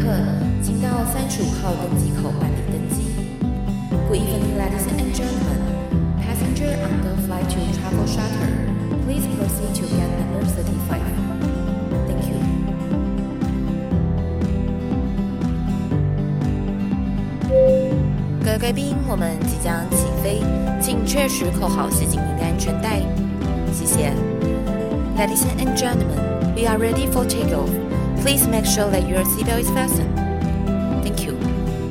请到35号登机口办理登机。Good evening, ladies and gentlemen. Passenger on the flight to Travel Charter, please proceed to gate number 35. Thank you. 各位贵宾，我们即将起飞，请确实扣好系紧您的安全带。谢谢。Ladies and gentlemen, we are ready for takeoff. Please make sure that your seatbelt is fastened. Thank you.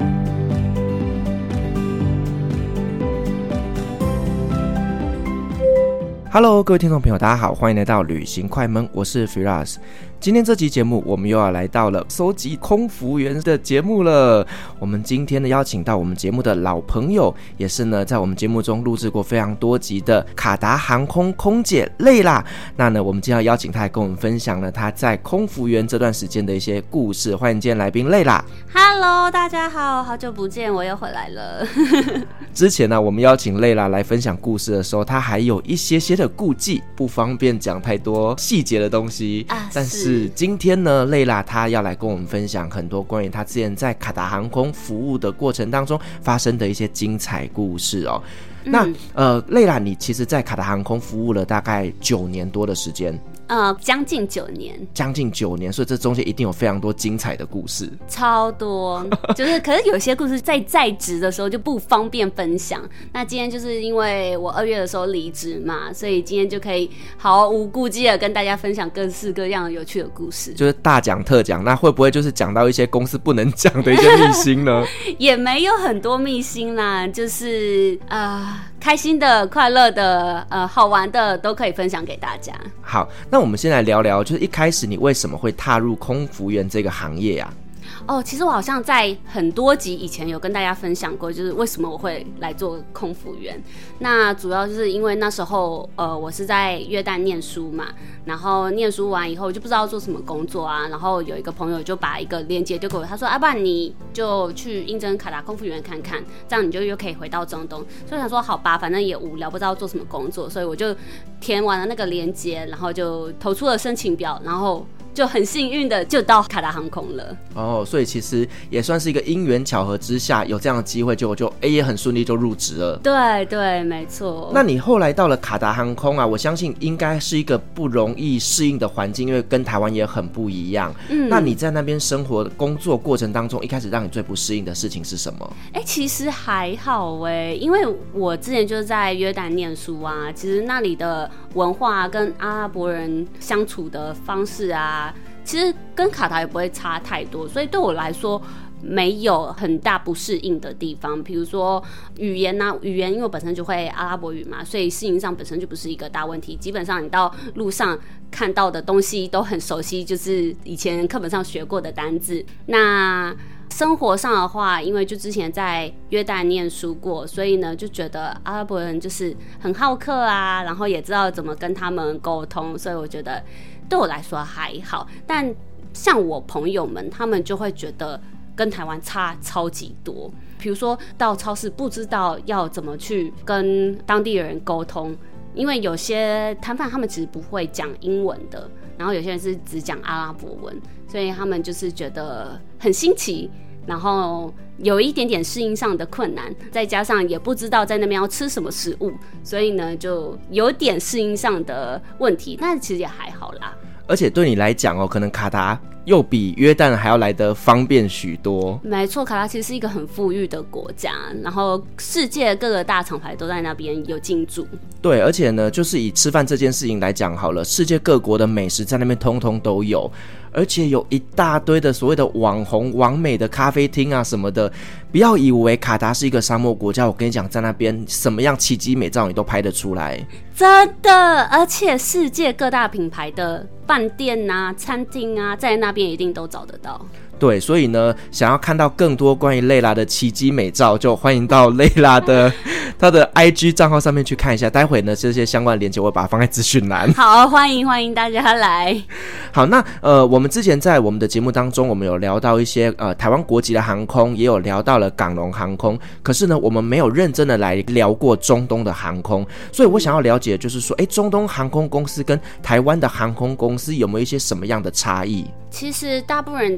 Hello， 各位听众朋友，大家好，欢迎来到旅行快门，我是 Firas。今天这期节目，我们又要来到了收集空服员的节目了。我们今天呢邀请到我们节目的老朋友，也是呢在我们节目中录制过非常多集的卡达航空空姐蕾拉。那呢，我们今天要邀请她来跟我们分享呢她在空服员这段时间的一些故事。欢迎今天来宾蕾拉。 Hello， 大家好，好久不见，我又回来了。 之前呢，我们邀请蕾拉来分享故事的时候，她还有一些的顾忌，不方便讲太多细节的东西但是今天呢，蕾拉她要来跟我们分享很多关于她之前在卡达航空服务的过程当中发生的一些精彩故事哦。那蕾拉，你其实在卡达航空服务了大概9年多的时间。 将近9年， 将近9年，所以这中间一定有非常多精彩的故事， 超多。就是可是有些故事在职的时候就不方便分享。那今天就是因为我2月的时候离职嘛，所以今天就可以毫无顾忌的跟大家分享各式各样有趣的故事， 就是大讲特讲。那会不会就是讲到一些公司不能讲的一些秘辛呢？ 也没有很多秘辛啦，就是开心的、快乐的、好玩的都可以分享给大家。 好，那我们先来聊聊，就是一开始你为什么会踏入空服员这个行业啊？ 其实我好像在很多集以前有跟大家分享过，就是为什么我会来做空服员。那主要就是因为那时候我是在约旦念书嘛，然后念书完以后就不知道做什么工作啊，然后有一个朋友就把一个链接就给我，他说不然你就去应征卡达空服员看看，这样你就又可以回到中东。所以我想说好吧，反正也无聊，不知道做什么工作，所以我就填完了那个链接，然后就投出了申请表，然后就很幸运的就到卡达航空了。 所以其实也算是一个因缘巧合之下有这样的机会，就也很顺利就入职了。 对对，没错。 那你后来到了卡达航空啊，我相信应该是一个不容易适应的环境，因为跟台湾也很不一样。那你在那边生活工作过程当中，一开始让你最不适应的事情是什么？ 其实还好因为我之前就是在约旦念书啊，其实那里的文化跟阿拉伯人相处的方式啊，其实跟卡达也不会差太多，所以对我来说没有很大不适应的地方。比如说语言因为我本身就会阿拉伯语嘛，所以适应上本身就不是一个大问题。基本上你到路上看到的东西都很熟悉，就是以前课本上学过的单字。那生活上的话，因为就之前在约旦念书过，所以呢就觉得阿拉伯人就是很好客啊，然后也知道怎么跟他们沟通，所以我觉得对我来说还好。但像我朋友们，他们就会觉得跟台湾差超级多。比如说到超市不知道要怎么去跟当地人沟通，因为有些摊贩他们其实不会讲英文的，然后有些人是只讲阿拉伯文，所以他们就是觉得很新奇，然后有一点点适应上的困难，再加上也不知道在那边要吃什么食物，所以呢就有点适应上的问题，但其实也还好啦。 而且对你来讲可能卡达又比约旦还要来得方便许多。 没错，卡达其实是一个很富裕的国家，然后世界各个大厂牌都在那边有进驻。 对，而且呢就是以吃饭这件事情来讲好了，世界各国的美食在那边通通都有，而且有一大堆的所谓的网红网美的咖啡厅啊什么的。不要以为卡达是一个沙漠国家，我跟你讲，在那边什么样奇迹美照你都拍得出来， 真的。而且世界各大品牌的饭店啊餐厅啊在那边一定都找得到。 对，所以呢想要看到更多关于蕾拉的奇迹美照，就欢迎到蕾拉的她的 IG 账号上面去看一下。待会呢这些相关的连结我会把它放在资讯栏。 好，欢迎大家来。 好，那我们之前在我们的节目当中，我们有聊到一些台湾国籍的航空，也有聊到了港龙航空，可是呢我们没有认真的来聊过中东的航空。所以我想要了解就是说中东航空公司跟台湾的航空公司有没有一些什么样的差异？ 其实大部分人都觉得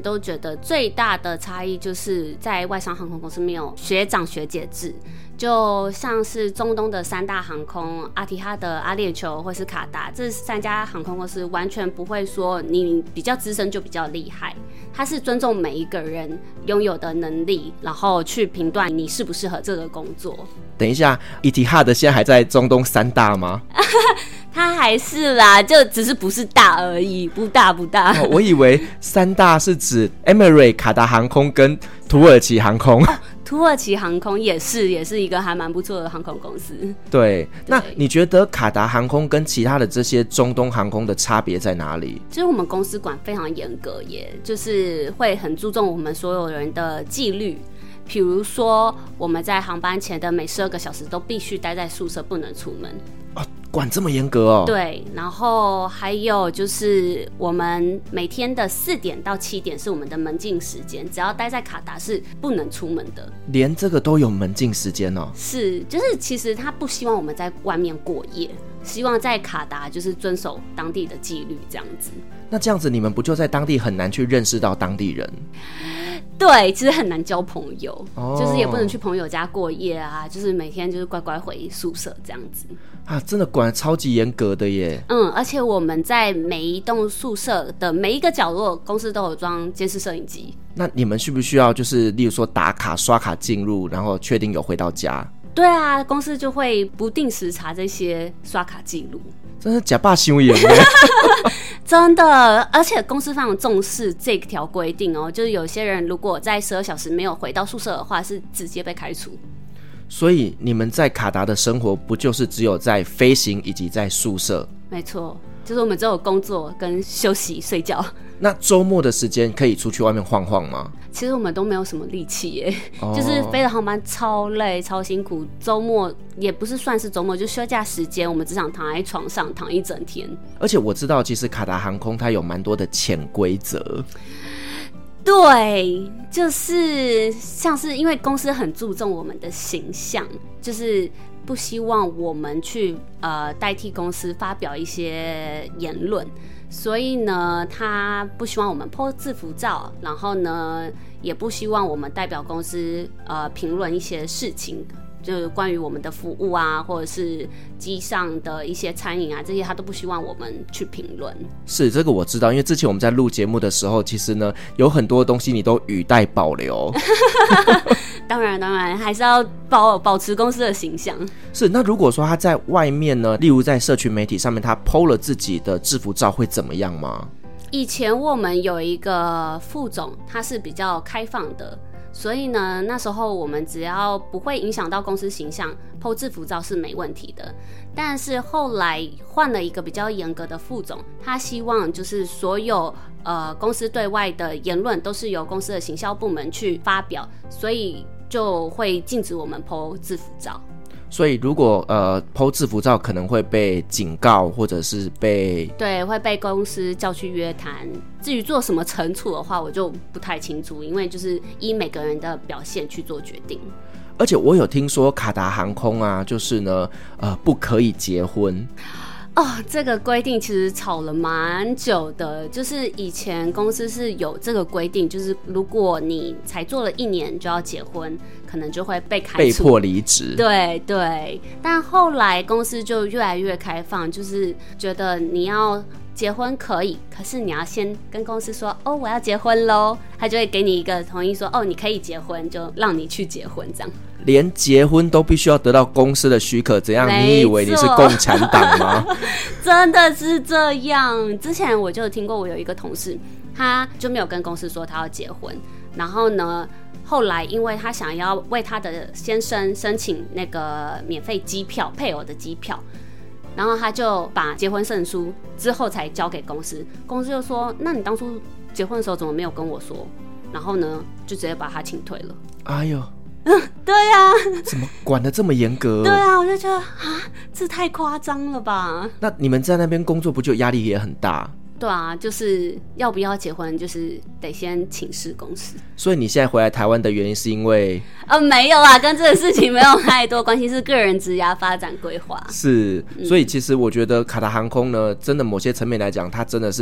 的最大的差异就是在外商航空公司没有学长学姐制，就像是中东的3大航空阿提哈德、阿联酋或是卡达，这3家航空公司完全不会说你比较资深就比较厉害，它是尊重每一个人拥有的能力，然后去评断你适不适合这个工作。 等一下，伊提哈德现在还在中东3大吗？ 它还是啦，就只是不是大而已，不大。 我以为3大是指 Emirates 卡达航空跟土耳其航空。 土耳其航空也是一个还蛮不错的航空公司。 对，那你觉得卡达航空跟其他的这些中东航空的差别在哪里？ 其实我们公司管非常严格耶，就是会很注重我们所有人的纪律。比如说我们在航班前的每12个小时都必须待在宿舍，不能出门。 哦，管这么严格哦？ 对，然后还有就是我们每天的4点到7点是我们的门禁时间，只要待在卡达是不能出门的。 连这个都有门禁时间哦？ 是，就是其实他不希望我们在外面过夜，希望在卡达就是遵守当地的纪律这样子。 那这样子你们不就在当地很难去认识到当地人？ 对，其实很难交朋友，就是也不能去朋友家过夜啊，就是每天就是乖乖回宿舍这样子啊，真的管得超级严格的耶。 而且我们在每一栋宿舍的每一个角落，公司都有装监视摄影机。 那你们需不需要就是例如说打卡刷卡进入，然后确定有回到家？ 对啊，公司就会不定时查这些刷卡记录。 真是假霸凶严耶。 真的，而且公司非常重视这条规定哦，就是有些人如果在12小时没有回到宿舍的话，是直接被开除。 所以你们在卡达的生活不就是只有在飞行以及在宿舍？没错，就是我们只有工作跟休息睡觉。 那周末的时间可以出去外面晃晃吗？ 其实我们都没有什么力气耶，就是飞的航班超累超辛苦，周末也不是算是周末，就休假时间我们只想躺在床上躺一整天。 而且我知道其实卡达航空它有蛮多的潜规则。 对，就是像是因为公司很注重我们的形象，就是不希望我们去代替公司发表一些言论，所以呢他不希望我们 po 制服照，然后呢也不希望我们代表公司评论一些事情，就是关于我们的服务啊，或者是机上的一些餐饮啊，这些他都不希望我们去评论。 是，这个我知道，因为之前我们在录节目的时候，其实呢有很多东西你都语带保留。 当然还是要保持公司的形象。 是，那如果说他在外面呢，例如在社群媒体上面他 po 了自己的制服照，会怎么样吗？ 以前我们有一个副总，他是比较开放的，所以呢那时候我们只要不会影响到公司形象， po 制服照是没问题的。但是后来换了一个比较严格的副总，他希望就是所有公司对外的言论都是由公司的行销部门去发表，所以就会禁止我们 po 制服照。 所以如果po 制服照可能会被警告，或者是对，会被公司叫去约谈。至于做什么惩处的话我就不太清楚，因为就是依每个人的表现去做决定。 而且我有听说卡达航空啊，就是呢不可以结婚。 这个规定其实吵了蛮久的，就是以前公司是有这个规定，就是如果你才做了1年就要结婚，可能就会被开除， 被迫离职。 对，但后来公司就越来越开放，就是觉得你要结婚可以，可是你要先跟公司说我要结婚咯，他就会给你一个同意说你可以结婚，就让你去结婚这样。 连结婚都必须要得到公司的许可，怎样？你以为你是共产党吗？ 真的是这样。之前我就听过，我有一个同事，他就没有跟公司说他要结婚，然后呢后来因为他想要为他的先生申请那个免费机票，配偶的机票，然后他就把结婚证书之后才交给公司，公司就说那你当初结婚的时候怎么没有跟我说？然后呢就直接把他请退了。 哎呦， 对啊， 怎么管得这么严格？ 对啊，我就觉得这太夸张了吧。 那你们在那边工作不就压力也很大？ 对啊，就是要不要结婚就是得先请示公司。 所以你现在回来台湾的原因是因为没有啊，跟这个事情没有太多关系，是个人职涯发展规划。 是，所以其实我觉得卡达航空呢，真的某些层面来讲，它真的是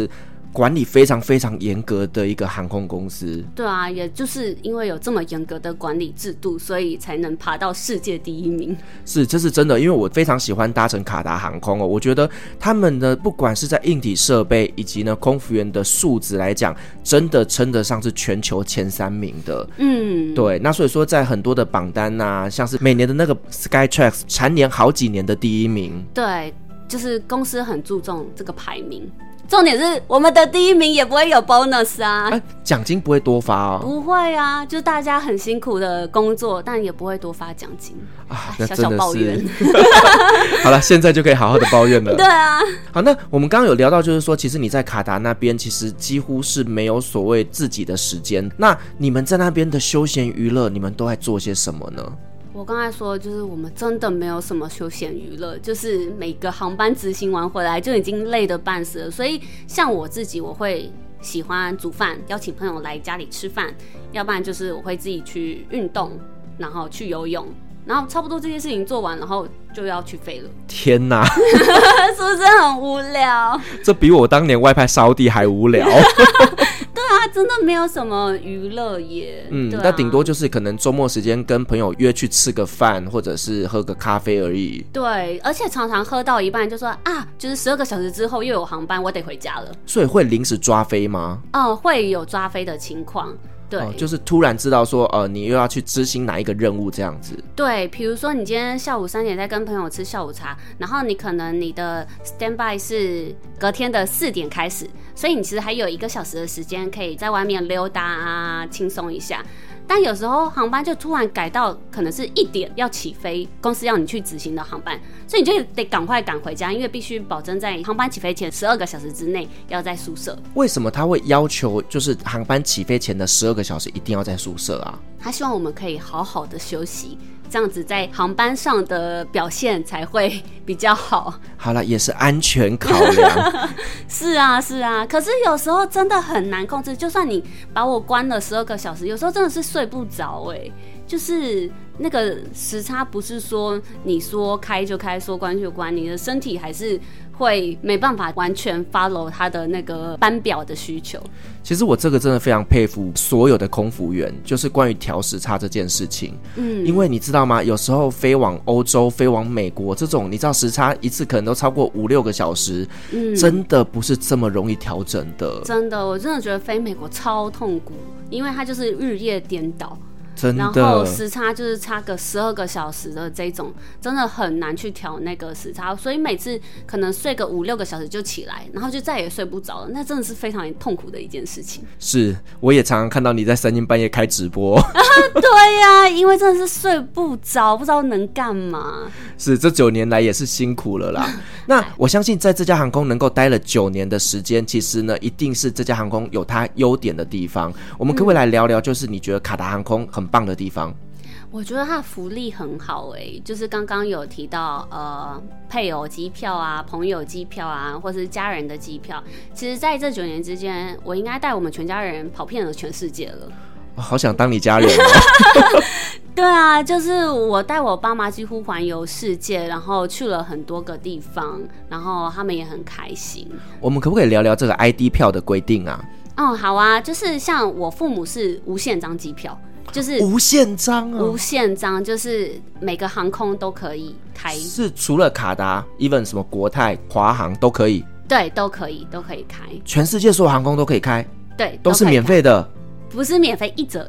管理非常非常严格的一个航空公司。 对啊，也就是因为有这么严格的管理制度，所以才能爬到世界第一名。 是，这是真的，因为我非常喜欢搭乘卡达航空哦，我觉得他们呢，不管是在硬体设备以及呢空服员的素质来讲，真的称得上是全球前3名的。对，那所以说在很多的榜单啊，像是每年的那个 Skytrax 蝉联好几年的第1名。 对，就是公司很注重这个排名。重点是我们的第1名也不会有 bonus 啊， 奖金不会多发哦。 不会啊，就大家很辛苦的工作，但也不会多发奖金啊。 那小小抱怨。 好了，现在就可以好好的抱怨了。 对啊。 好，那我们刚刚有聊到，就是说，其实你在卡达那边，其实几乎是没有所谓自己的时间。那你们在那边的休闲娱乐，你们都在做些什么呢？ 我刚才说，就是我们真的没有什么休闲娱乐，就是每个航班执行完回来就已经累得半死了。所以像我自己，我会喜欢煮饭，邀请朋友来家里吃饭，要不然就是我会自己去运动，然后去游泳，然后差不多这些事情做完，然后就要去飞了。 天哪， 是不是很无聊？ 这比我当年外派沙地还无聊。 对啊，真的没有什么娱乐耶。 那顶多就是可能周末时间跟朋友约去吃个饭，或者是喝个咖啡而已。 对，而且常常喝到一半就说啊，就是12个小时之后又有航班，我得回家了。 所以会临时抓飞吗？ 会有抓飞的情况。对， 就是突然知道说，你又要去执行哪一个任务这样子。 对，比如说你今天下午3点在跟朋友吃下午茶，然后你可能你的 standby 是隔天的4点开始，所以你其实还有1个小时的时间可以在外面溜达啊，轻松一下。但有时候航班就突然改到可能是1点要起飞，公司要你去执行的航班，所以你就得赶快赶回家，因为必须保证在航班起飞前12个小时之内要在宿舍。 为什么他会要求就是航班起飞前的12个小时一定要在宿舍啊？ 他希望我们可以好好的休息，这样子在航班上的表现才会比较好。 好了，也是安全考量。 是啊，是啊，可是有时候真的很难控制。就算你把我关了12个小时，有时候真的是睡不着就是那个时差不是说你说开就开，说关就关，你的身体还是会没办法完全 follow 它的那个班表的需求。 其实我这个真的非常佩服所有的空服员，就是关于调时差这件事情。因为你知道吗？有时候飞往欧洲、飞往美国这种，你知道时差一次可能都超过5-6个小时，真的不是这么容易调整的。 真的，我真的觉得飞美国超痛苦，因为它就是日夜颠倒。 真的， 然后时差就是差个12个小时的这种，真的很难去调那个时差，所以每次可能睡个5-6个小时就起来，然后就再也睡不着了，那真的是非常痛苦的一件事情。 是，我也常常看到你在3更半夜开直播。 对呀，因为真的是睡不着，不知道能干嘛。 是，这9年来也是辛苦了啦。那我相信在这家航空能够待了9年的时间，其实呢，一定是这家航空有它优点的地方。我们可不可以来聊聊，就是你觉得卡达航空很棒的地方？ 我觉得它的福利很好就是刚刚有提到配偶机票啊、朋友机票啊，或是家人的机票。其实在这9年之间，我应该带我们全家人跑遍了全世界了。 好想当你家人哦。 对啊，就是我带我爸妈几乎环游世界，然后去了很多个地方，然后他们也很开心。 我们可不可以聊聊这个 ID 票的规定啊？ 好啊，就是像我父母是无限张机票，就是无限张无限张，就是每个航空都可以开， 是除了卡达 even 什么国泰、华航都可以？ 对，都可以开， 全世界所有航空都可以开？ 对， 都是免费的？ 不是免费，一折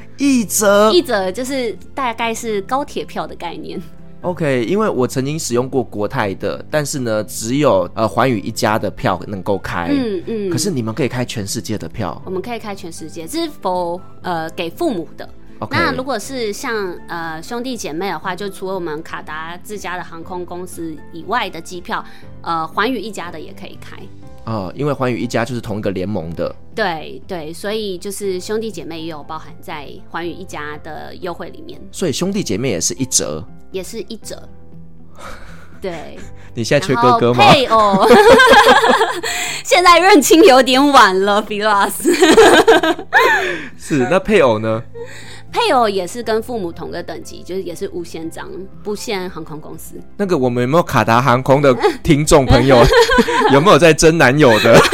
就是大概是高铁票的概念。 OK， 因为我曾经使用过国泰的，但是呢，只有寰宇一家的票能够开。可是你们可以开全世界的票？我们可以开全世界，这是否给父母的。 Okay. 那如果是像兄弟姐妹的话，就除了我们卡达自家的航空公司以外的机票，寰宇一家的也可以开。 因为寰宇一家就是同一个联盟的。 对对，所以就是兄弟姐妹也有包含在寰宇一家的优惠里面。 所以兄弟姐妹也是1折？也是 1折。对。 你现在缺哥哥吗？ 配偶。现在认亲有点晚了 Firas。 是，那配偶呢？ 配偶也是跟父母同个等级，就是也是无限张，不限航空公司。 那个我们有没有卡达航空的听众朋友有没有在争男友的？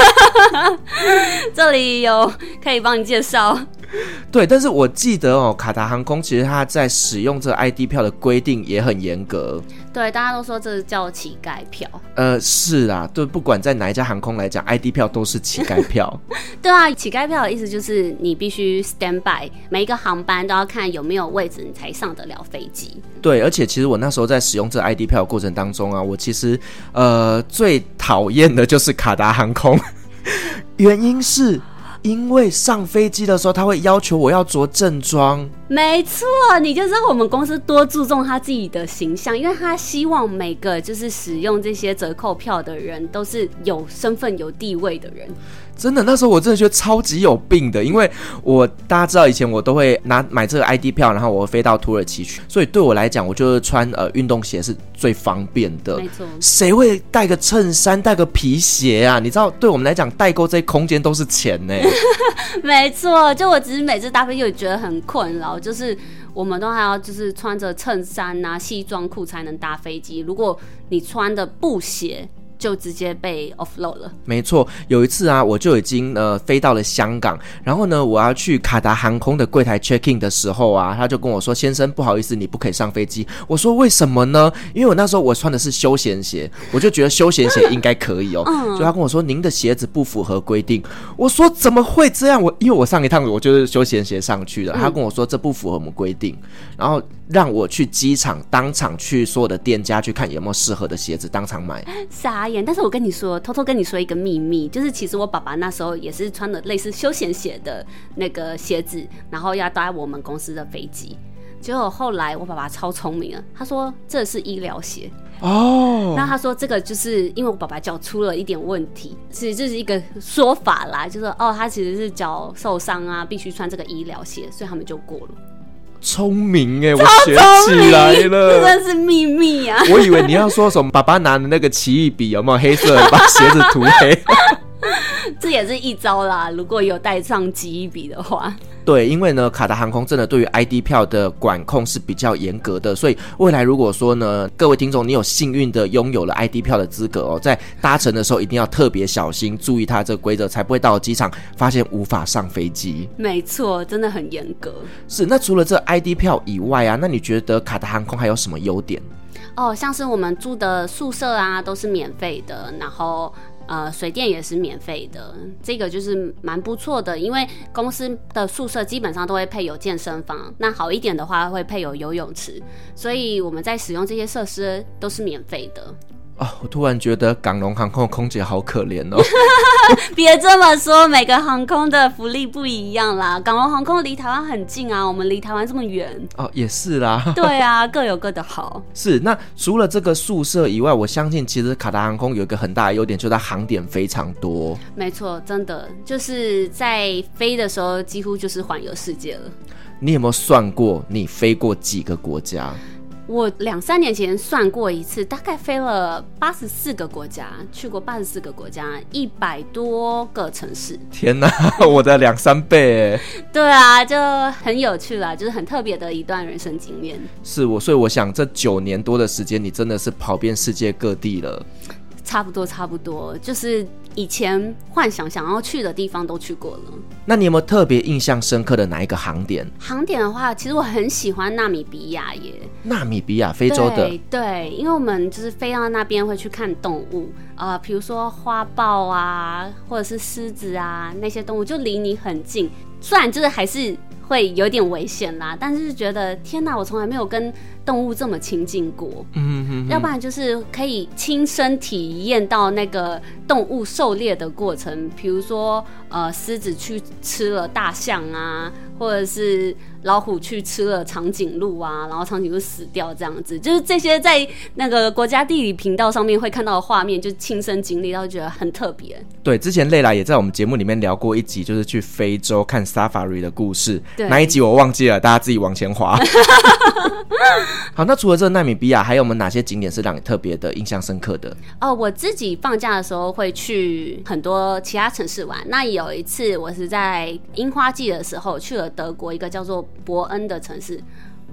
这里有可以帮你介绍。 对，但是我记得哦，卡达航空其实它在使用这个 ID 票的规定也很严格。 对，大家都说这叫乞丐票。 是啦，对，不管在哪一家航空来讲 ，ID 票都是乞丐票。 对啊，乞丐票的意思就是你必须 stand by， 每一个航班都要看有没有位置，你才上得了飞机。 对，而且其实我那时候在使用这 ID 票的过程当中啊，我其实最讨厌的就是卡达航空，原因是因为上飞机的时候他会要求我要着正装。 没错，你就知道我们公司多注重他自己的形象，因为他希望每个就是使用这些折扣票的人都是有身份有地位的人。 真的，那时候我真的觉得超级有病的，因为大家知道以前我都会买这个 ID 票，然后我会飞到土耳其去，所以对我来讲，我就是穿运动鞋是最方便的。 没错， 谁会带个衬衫、带个皮鞋啊？你知道，对我们来讲，代购这些空间都是钱呢。 没错，就我只是每次搭飞机，我觉得很困扰，就是我们都还要就是穿着衬衫啊、西装裤才能搭飞机。如果你穿的布鞋，就直接被 offload 了。 没错，有一次啊，我就已经飞到了香港，然后呢，我要去卡达航空的柜台 check in 的时候啊，他就跟我说：“先生，不好意思，你不可以上飞机。”我说：“为什么呢？”因为我那时候我穿的是休闲鞋，我就觉得休闲鞋应该可以哦。所以他跟我说：“您的鞋子不符合规定。”我说：“怎么会这样？因为我上一趟我就是休闲鞋上去的。”他跟我说：“这不符合我们规定。”然后让我去机场当场去所有的店家去看有没有适合的鞋子，当场买。 傻眼！但是我跟你说，偷偷跟你说一个秘密，就是其实我爸爸那时候也是穿的类似休闲鞋的那个鞋子，然后要搭我们公司的飞机。结果后来我爸爸超聪明了，他说这是医疗鞋哦。那他说这个就是因为我爸爸脚出了一点问题，其实这是一个说法啦，就是他其实是脚受伤啊，必须穿这个医疗鞋，所以他们就过了。 聪明耶，我学起来了， 这真是秘密啊！ 我以为你要说什么，爸爸拿的那个奇异笔有没有黑色的，把鞋子涂黑？ 这也是一招啦，如果有带上奇异笔的话。 对，因为呢，卡达航空真的对于 ID 票的管控是比较严格的，所以未来如果说呢，各位听众你有幸运的拥有了 ID 票的资格哦，在搭乘的时候一定要特别小心，注意它这个规则，才不会到了机场发现无法上飞机。 没错，真的很严格。 是，那除了这 ID 票以外啊，那你觉得卡达航空还有什么优点？ 像是我们住的宿舍啊，都是免费的，然后水电也是免费的，这个就是蛮不错的，因为公司的宿舍基本上都会配有健身房，那好一点的话会配有游泳池，所以我们在使用这些设施都是免费的。 我突然觉得港龙航空的空姐好可怜哦。 别这么说，每个航空的福利不一样啦。港龙航空离台湾很近啊，我们离台湾这么远。 也是啦。 对啊，各有各的好。 是，那除了这个宿舍以外，我相信其实卡达航空有一个很大的优点，就是它航点非常多。 没错，真的就是在飞的时候几乎就是环游世界了。 你有没有算过你飞过几个国家？ 我2-3年前算过一次，大概飞了84个国家，去过84个国家，100多个城市。 天哪，我的2-3倍耶！ 对啊，就很有趣啦，就是很特别的一段人生经验。 是所以我想这9年多的时间，你真的是跑遍世界各地了。 差不多，就是以前幻想要去的地方都去过了。 那你有没有特别印象深刻的哪一个航点？ 航点的话，其实我很喜欢纳米比亚耶。 纳米比亚，非洲的。 对，因为我们就是飞到那边会去看动物，比如说花豹啊，或者是狮子啊，那些动物就离你很近，虽然就是还是会有点危险啦，但是觉得天哪，我从来没有跟动物这么亲近过。要不然就是可以亲身体验到那个动物狩猎的过程，比如说狮子去吃了大象啊，或者是老虎去吃了长颈鹿啊，然后长颈鹿死掉这样子，就是这些在那个国家地理频道上面会看到的画面，就亲身经历到，觉得很特别。对， 之前蕾拉也在我们节目里面聊过一集，就是去非洲看 Safari 的故事，哪一集我忘记了，大家自己往前滑。好，那除了这个纳米比亚，还有我们哪些景点是让你特别的印象深刻的？ 我自己放假的时候会去很多其他城市玩。那有一次我是在樱花季的时候去了德国一个叫做伯恩的城市。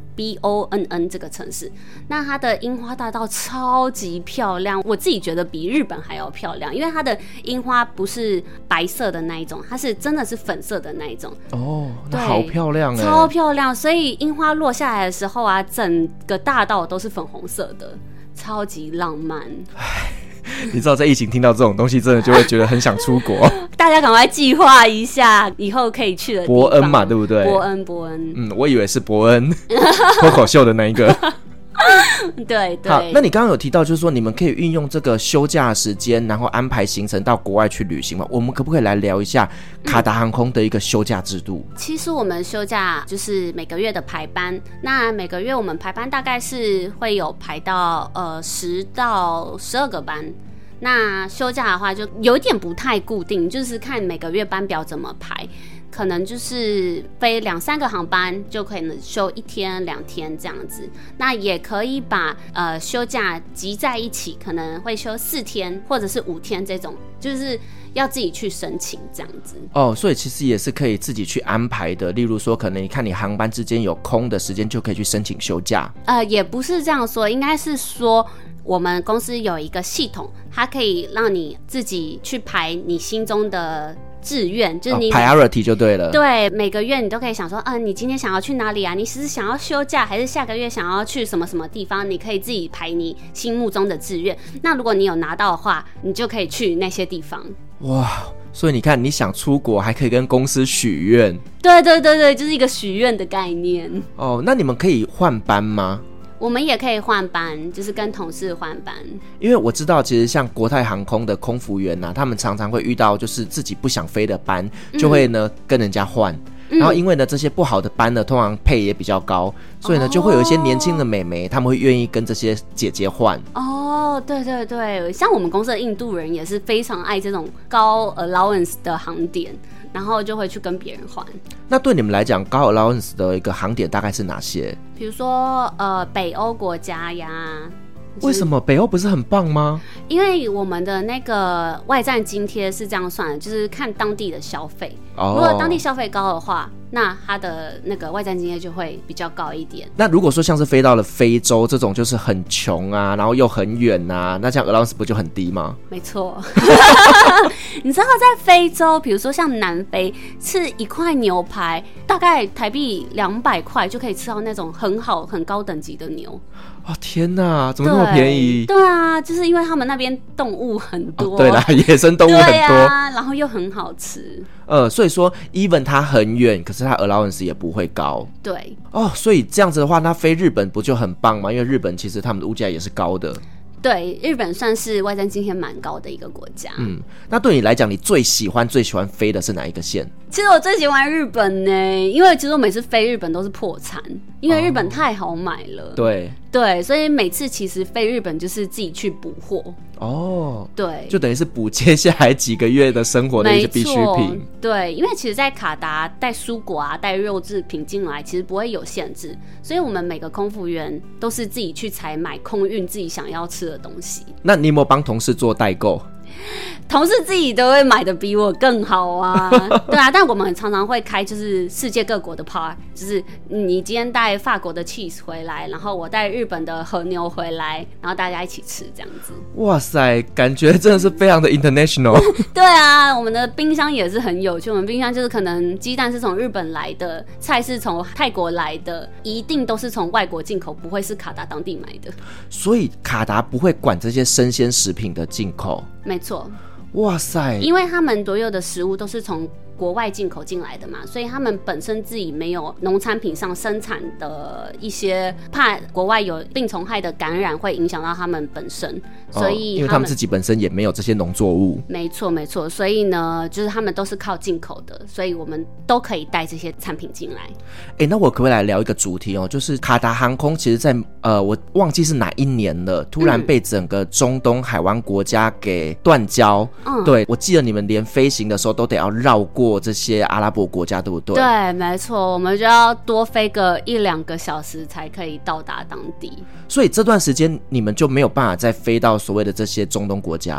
BONN 这个城市。那它的樱花大道超级漂亮，我自己觉得比日本还要漂亮，因为它的樱花不是白色的那一种，它是真的是粉色的那一种。 哦，那好漂亮耶， 超漂亮。所以樱花落下来的时候啊，整个大道都是粉红色的，超级浪漫。 你知道在疫情听到这种东西真的就会觉得很想出国大家赶快计划一下以后可以去的地方。 伯恩嘛，对不对？ 伯恩， 我以为是伯恩脱口秀的那一个对对。 好，那你刚刚有提到就是说你们可以运用这个休假时间然后安排行程到国外去旅行嘛，我们可不可以来聊一下卡达航空的一个休假制度？ 其实我们休假就是每个月的排班，那每个月我们排班大概是会有排到10到12个班。那休假的话就有点不太固定，就是看每个月班表怎么排，可能就是飞2-3个航班就可以休1天2天这样子。那也可以把休假集在一起，可能会休4天或者是5天这种，就是要自己去申请这样子。 哦，所以其实也是可以自己去安排的，例如说可能你看你航班之间有空的时间就可以去申请休假。 也不是这样说，应该是说我们公司有一个系统，它可以让你自己去排你心中的志愿，就是你、 priority 就对了。 对，每个月你都可以想说，你今天想要去哪里啊？你是想要休假，还是下个月想要去什么什么地方？你可以自己排你心目中的志愿。那如果你有拿到的话，你就可以去那些地方。 哇，所以你看，你想出国还可以跟公司许愿。 对对对对，就是一个许愿的概念。 哦，那你们可以换班吗？ 我们也可以换班，就是跟同事换班。 因为我知道其实像国泰航空的空服员他们常常会遇到就是自己不想飞的班，就会呢跟人家换。然后因为呢这些不好的班呢通常配也比较高，所以呢就会有一些年轻的美眉他们会愿意跟这些姐姐换。 哦，对对对，像我们公司的印度人也是非常爱这种高 allowance 的航点，然后就会去跟别人换。 那对你们来讲高 allowance 的一个航点大概是哪些？ 比如说北欧国家呀。 为什么北欧不是很棒吗？ 因为我们的那个外站津贴是这样算的，就是看当地的消费。如果当地消费高的话，那它的那个外站津贴就会比较高一点。 那如果说像是飞到了非洲这种就是很穷啊，然后又很远啊，那这样 allowance 不就很低吗？ 没错。你知道在非洲，比如说像南非，吃一块牛排大概台币200块就可以吃到那种很好很高等级的牛。 哦，天哪，怎么那么便宜？ 对啊，就是因为他们那边动物很多。 对啦，野生动物很多。 对啊，然后又很好吃。 所以说 even 它很远，可是它 allowance 也不会高。 对。 哦，所以这样子的话，那飞日本不就很棒吗？因为日本其实他们的物价也是高的。 对，日本算是外站津贴蛮高的一个国家。 那对你来讲，你最喜欢飞的是哪一个线？ 其实我最喜欢日本呢，因为其实我每次飞日本都是破产，因为日本太好买了。对，所以每次其实飞日本就是自己去补货。哦，对， 就等于是补接下来几个月的生活的一些必需品。 对，因为其实在卡达带蔬果啊、带肉制品进来，其实不会有限制，所以我们每个空服员都是自己去采买空运自己想要吃的东西。 那你有没有帮同事做代购？ 同事自己都会买的比我更好啊。对啊，但我们常常会开就是世界各国的 part， 就是你今天带法国的 cheese 回来，然后我带日本的和牛回来，然后大家一起吃这样子。 哇塞，感觉真的是非常的 international。 对啊，我们的冰箱也是很有趣，我们冰箱就是可能鸡蛋是从日本来的，菜是从泰国来的，一定都是从外国进口，不会是卡达当地买的。 所以卡达不会管这些生鲜食品的进口？ 没错。 哇塞， 因为他们所有的食物都是从国外进口进来的嘛，所以他们本身自己没有农产品上生产的一些怕国外有病虫害的感染会影响到他们本身，所以因为他们自己本身也没有这些农作物。 没错没错，所以呢就是他们都是靠进口的，所以我们都可以带这些产品进来。 那我可不可以来聊一个主题哦？就是卡达航空其实在我忘记是哪一年了，突然被整个中东海湾国家给断交。对，我记得你们连飞行的时候都得要绕过这些阿拉伯国家，对不对？ 对，没错，我们就要多飞个1-2个小时才可以到达当地。 所以这段时间你们就没有办法再飞到所谓的这些中东国家？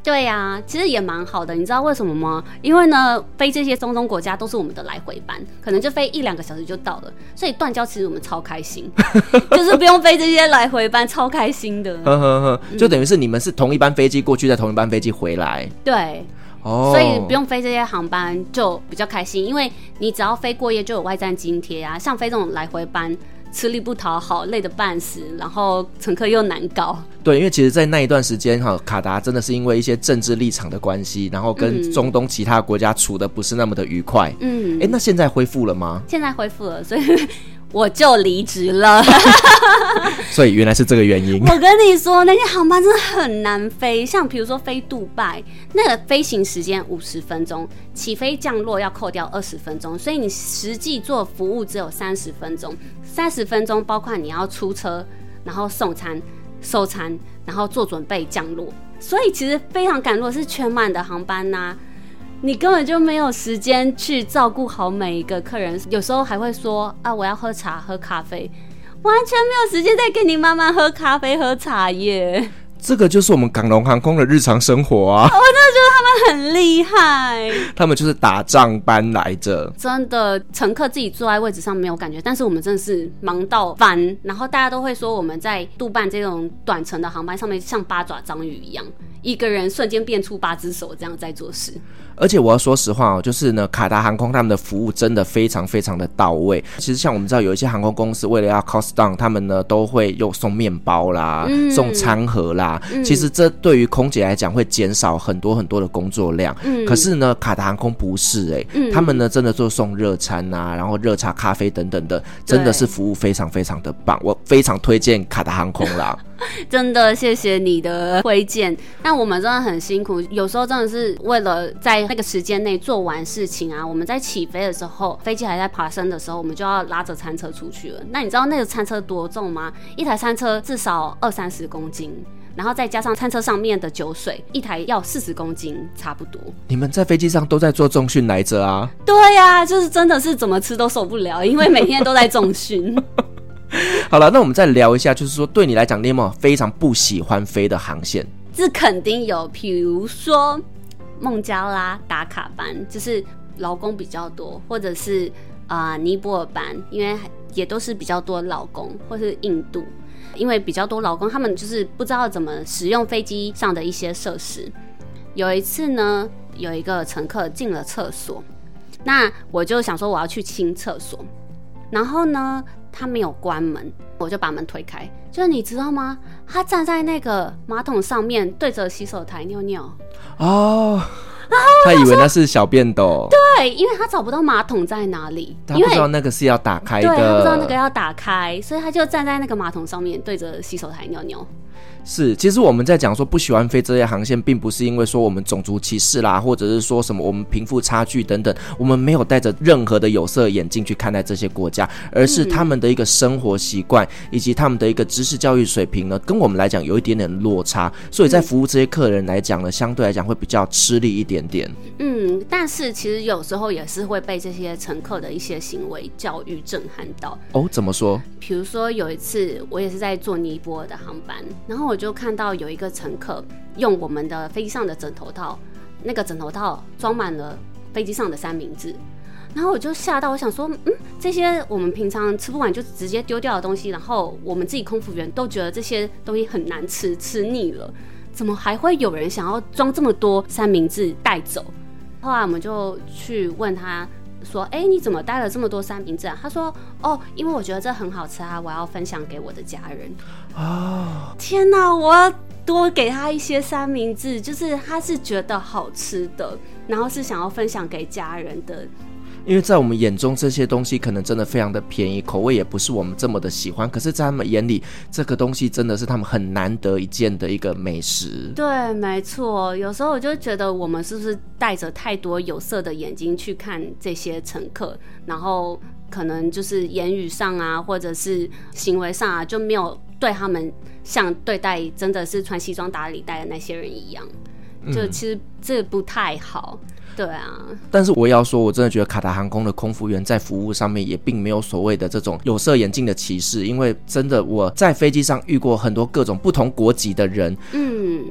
对啊，其实也蛮好的，你知道为什么吗？因为呢，飞这些中东国家都是我们的来回班，可能就飞1-2个小时就到了，所以断交其实我们超开心，就是不用飞这些来回班，超开心的。 就等于是你们是同一班飞机过去，再同一班飞机回来。 对。所以不用飞这些航班就比较开心，因为你只要飞过夜就有外站津贴啊。像飞这种来回班，吃力不讨好，累得半死，然后乘客又难搞。 对，因为其实在那一段时间卡达真的是因为一些政治立场的关系，然后跟中东其他国家处的不是那么的愉快。那现在恢复了吗？ 现在恢复了，所以我就离职了。 所以原来是这个原因。 我跟你说，那些航班真的很难飞，像比如说飞杜拜，那个飞行时间50分钟，起飞降落要扣掉20分钟，所以你实际做服务只有30分钟。30分钟包括你要出车，然后送餐、收餐，然后做准备降落，所以其实非常赶。如果是全满的航班啊，你根本就没有时间去照顾好每一个客人，有时候还会说啊，我要喝茶喝咖啡，完全没有时间再跟你慢慢喝咖啡喝茶耶。 这个就是我们港龙航空的日常生活啊！ 我真的觉得他们很厉害， 他们就是打仗搬来着。 真的，乘客自己坐在位置上没有感觉，但是我们真的是忙到翻。然后大家都会说我们在杜拜这种短程的航班上面像8爪章鱼一样，一个人瞬间变出8只手这样在做事。 而且我要说实话就是呢，卡达航空他们的服务真的非常非常的到位。其实像我们知道有一些航空公司为了要 cost down， 他们呢都会有送面包啦、送餐盒啦。其实这对于空姐来讲会减少很多很多的工作量。可是呢，卡达航空不是他们呢真的就送热餐啊，然后热茶、咖啡等等的，真的是服务非常非常的棒。我非常推荐卡达航空啦。 真的谢谢你的推荐，但我们真的很辛苦，有时候真的是为了在那个时间内做完事情啊。我们在起飞的时候，飞机还在爬升的时候，我们就要拉着餐车出去了。那你知道那个餐车多重吗？一台餐车至少20-30公斤，然后再加上餐车上面的酒水，一台要40公斤差不多。 你们在飞机上都在做重训来着啊？ 对啊，就是真的是怎么吃都受不了，因为每天都在重训。 好了，那我们再聊一下，就是说对你来讲，你有没有非常不喜欢飞的航线？ 这肯定有，比如说孟加拉打卡班，就是劳工比较多，或者是尼泊尔班，因为也都是比较多劳工，或是印度，因为比较多劳工，他们就是不知道怎么使用飞机上的一些设施。有一次呢，有一个乘客进了厕所，那我就想说我要去清厕所，然后呢他没有关门，我就把门推开，就是你知道吗？他站在那个马桶上面，对着洗手台尿尿。 他以为那是小便斗。 对，因为他找不到马桶在哪里， 他不知道那个是要打开的。 对，他不知道那个要打开，所以他就站在那个马桶上面，对着洗手台尿尿。 是，其实我们在讲说不喜欢飞这些航线，并不是因为说我们种族歧视啦，或者是说什么我们贫富差距等等，我们没有带着任何的有色眼镜去看待这些国家，而是他们的一个生活习惯以及他们的一个知识教育水平呢，跟我们来讲有一点点落差，所以在服务这些客人来讲呢，相对来讲会比较吃力一点点。 但是其实有时候也是会被这些乘客的一些行为教育震撼到。 怎么说？ 比如说有一次我也是在坐尼泊尔的航班，然后我就看到有一个乘客用我们的飞机上的枕头套，那个枕头套装满了飞机上的三明治，然后我就吓到，我想说这些我们平常吃不完就直接丢掉的东西，然后我们自己空服员都觉得这些东西很难吃，吃腻了，怎么还会有人想要装这么多三明治带走？后来我们就去问他说你怎么带了这么多三明治啊？他说因为我觉得这很好吃啊，我要分享给我的家人。天哪，我要多给他一些三明治，就是他是觉得好吃的，然后是想要分享给家人的。 因为在我们眼中这些东西可能真的非常的便宜，口味也不是我们这么的喜欢，可是在他们眼里这个东西真的是他们很难得一见的一个美食。 对，没错，有时候我就觉得我们是不是带着太多有色的眼睛去看这些乘客，然后可能就是言语上啊，或者是行为上啊，就没有对他们像对待真的是穿西装打领带的那些人一样，就其实这不太好。对啊， 但是我要说，我真的觉得卡达航空的空服员在服务上面也并没有所谓的这种有色眼镜的歧视，因为真的我在飞机上遇过很多各种不同国籍的人，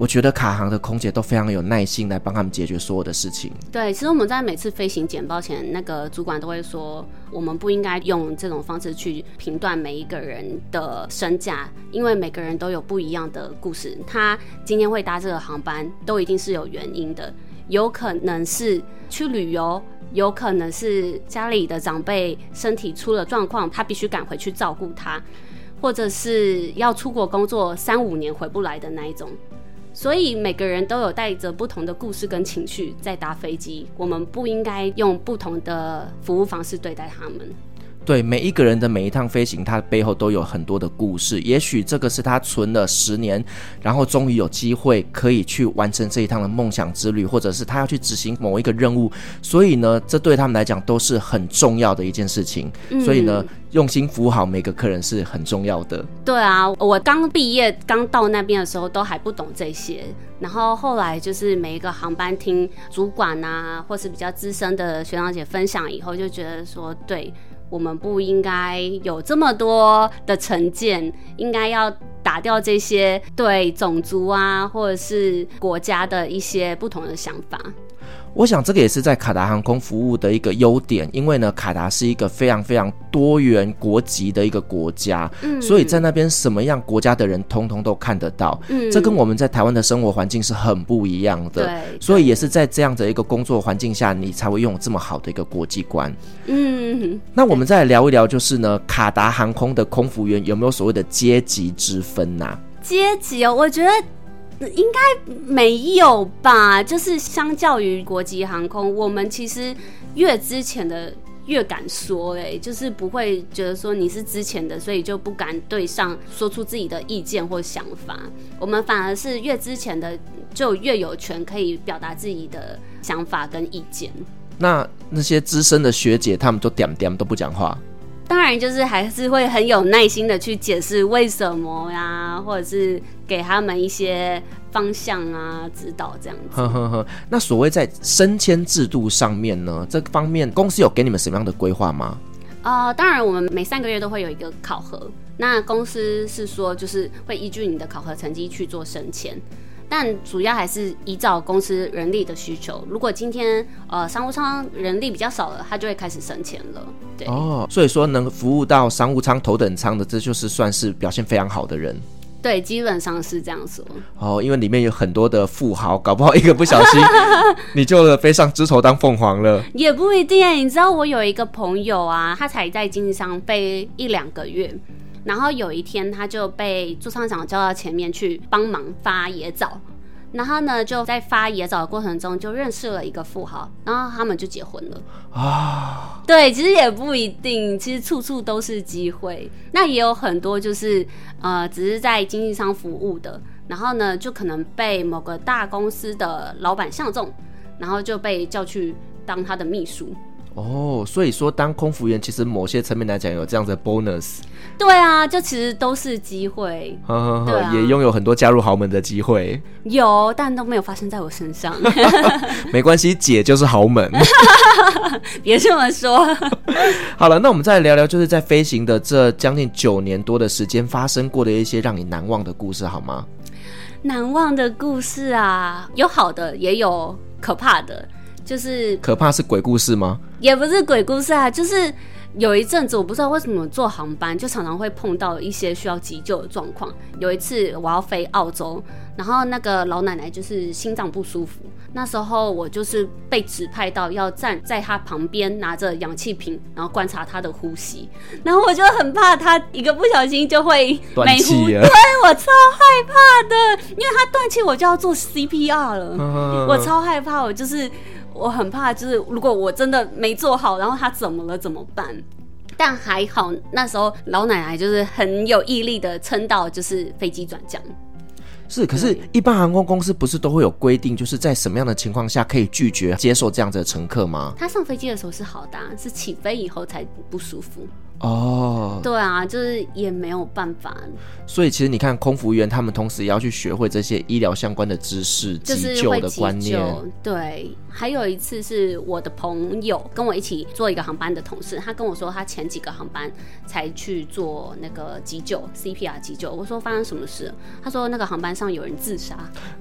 我觉得卡航的空姐都非常有耐心来帮他们解决所有的事情。 对，其实我们在每次飞行简报前，那个主管都会说，我们不应该用这种方式去评断每一个人的身价，因为每个人都有不一样的故事。他今天会搭这个航班，都一定是有原因的，有可能是去旅游，有可能是家里的长辈身体出了状况，他必须赶回去照顾他，或者是要出国工作3-5年回不来的那一种。所以每个人都有带着不同的故事跟情绪在搭飞机，我们不应该用不同的服务方式对待他们。 对，每一个人的每一趟飞行，它背后都有很多的故事。也许这个是他存了10年，然后终于有机会可以去完成这一趟的梦想之旅，或者是他要去执行某一个任务。所以呢，这对他们来讲都是很重要的一件事情。所以呢，用心服务好每个客人是很重要的。 对啊，我刚毕业刚到那边的时候都还不懂这些，然后后来就是每一个航班听主管啊，或是比较资深的学长姐分享以后，就觉得说，对，我们不应该有这么多的成见，应该要打掉这些对种族啊或者是国家的一些不同的想法。 我想这个也是在卡达航空服务的一个优点，因为呢，卡达是一个非常非常多元国籍的一个国家，所以在那边什么样国家的人通通都看得到，这跟我们在台湾的生活环境是很不一样的，所以也是在这样的一个工作环境下，你才会拥有这么好的一个国际观。那我们再来聊一聊，就是呢，卡达航空的空服员有没有所谓的阶级之分啊？ 阶级哦，我觉得应该没有吧，就是相较于国际航空，我们其实越之前的越敢说，就是不会觉得说你是之前的，所以就不敢对上说出自己的意见或想法。我们反而是越之前的就越有权可以表达自己的想法跟意见。 那些资深的学姐，他们都点点都不讲话。 当然就是还是会很有耐心的去解释为什么呀，或者是给他们一些方向啊指导这样子。 那所谓在升迁制度上面呢，这方面公司有给你们什么样的规划吗？ 当然我们每3个月都会有一个考核，那公司是说就是会依据你的考核成绩去做升迁，但主要还是依照公司人力的需求。如果今天商务舱人力比较少了，他就会开始升迁了。对所以说能服务到商务舱头等舱的，这就是算是表现非常好的人。 对，基本上是这样说。 因为里面有很多的富豪，搞不好一个不小心你就飞上枝头当凤凰了。 也不一定，你知道我有一个朋友啊，他才在经济舱飞1-2个月，然后有一天他就被驻舱长叫到前面去帮忙发野枣，然后呢就在发野枣的过程中就认识了一个富豪，然后他们就结婚了啊。对，其实也不一定，其实处处都是机会。那也有很多就是只是在经济舱服务的，然后呢就可能被某个大公司的老板相中，然后就被叫去当他的秘书。 所以说当空服员其实某些层面来讲有这样的 bonus。 对啊，就其实都是机会。 也拥有很多加入豪门的机会。 有，但都没有发生在我身上。 没关系，姐就是豪门。 别这么说。 好了，那我们再来聊聊就是在飞行的这将近9年多的时间发生过的一些让你难忘的故事好吗？ 难忘的故事啊，有好的也有可怕的。就是可怕是鬼故事吗？ 也不是鬼故事啊，就是有一阵子我不知道为什么坐航班就常常会碰到一些需要急救的状况。有一次我要飞澳洲，然后那个老奶奶就是心脏不舒服，那时候我就是被指派到要站在她旁边拿着氧气瓶，然后观察她的呼吸，然后我就很怕她一个不小心就会断气了。 对，我超害怕的，因为她断气我就要做 CPR 了。我超害怕，我很怕，就是如果我真的没做好，然后他怎么了怎么办？但还好那时候老奶奶就是很有毅力的撑到就是飞机转降。 是，可是一般航空公司不是都会有规定，就是在什么样的情况下可以拒绝接受这样子的乘客吗？ 他上飞机的时候是好的是起飞以后才不舒服。 对啊，就是也没有办法。 所以其实你看空服员他们同时也要去学会这些医疗相关的知识，急救的观念。 对，还有一次是我的朋友跟我一起做一个航班的同事，他跟我说他前几个航班才去做那个急救 CPR 急救。我说发生什么事？他说那个航班上有人自杀。